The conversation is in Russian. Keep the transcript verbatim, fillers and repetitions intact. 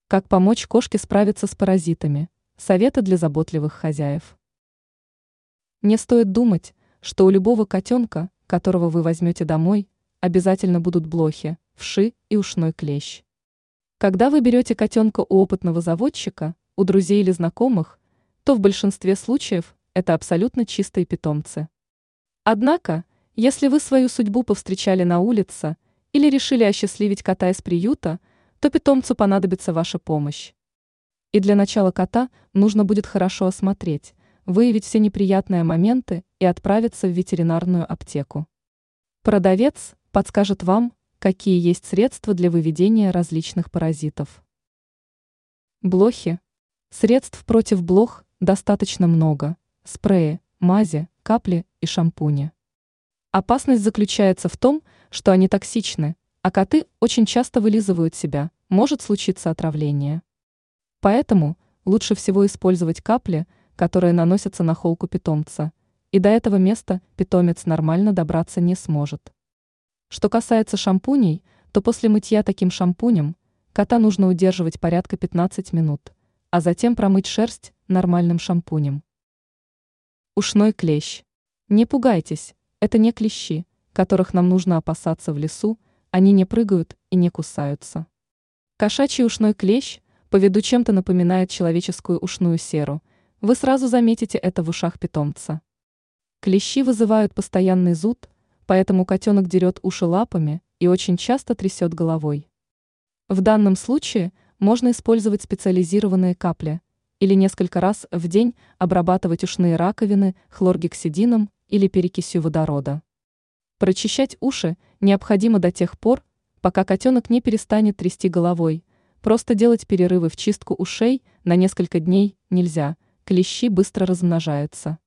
Как помочь кошке справиться с паразитами? Советы для заботливых хозяев. Не стоит думать, что у любого котенка, которого вы возьмете домой, обязательно будут блохи, вши и ушной клещ. Когда вы берете котенка у опытного заводчика, у друзей или знакомых, то в большинстве случаев это абсолютно чистые питомцы. Однако, если вы свою судьбу повстречали на улице или решили осчастливить кота из приюта, то питомцу понадобится ваша помощь. И для начала кота нужно будет хорошо осмотреть, выявить все неприятные моменты и отправиться в ветеринарную аптеку. Продавец подскажет вам, какие есть средства для выведения различных паразитов. Блохи. Средств против блох достаточно много: спреи, мази, капли и шампуни. Опасность заключается в том, что они токсичны, а коты очень часто вылизывают себя, может случиться отравление. Поэтому лучше всего использовать капли, которые наносятся на холку питомца, и до этого места питомец нормально добраться не сможет. Что касается шампуней, то после мытья таким шампунем кота нужно удерживать порядка пятнадцать минут, а затем промыть шерсть нормальным шампунем. Ушной клещ. Не пугайтесь, это не клещи, которых нам нужно опасаться в лесу, они не прыгают и не кусаются. Кошачий ушной клещ по виду чем-то напоминает человеческую ушную серу, вы сразу заметите это в ушах питомца. Клещи вызывают постоянный зуд, поэтому котенок дерет уши лапами и очень часто трясет головой. В данном случае можно использовать специализированные капли или несколько раз в день обрабатывать ушные раковины хлоргексидином или перекисью водорода. Прочищать уши необходимо до тех пор, пока котенок не перестанет трясти головой. Просто делать перерывы в чистку ушей на несколько дней нельзя, клещи быстро размножаются.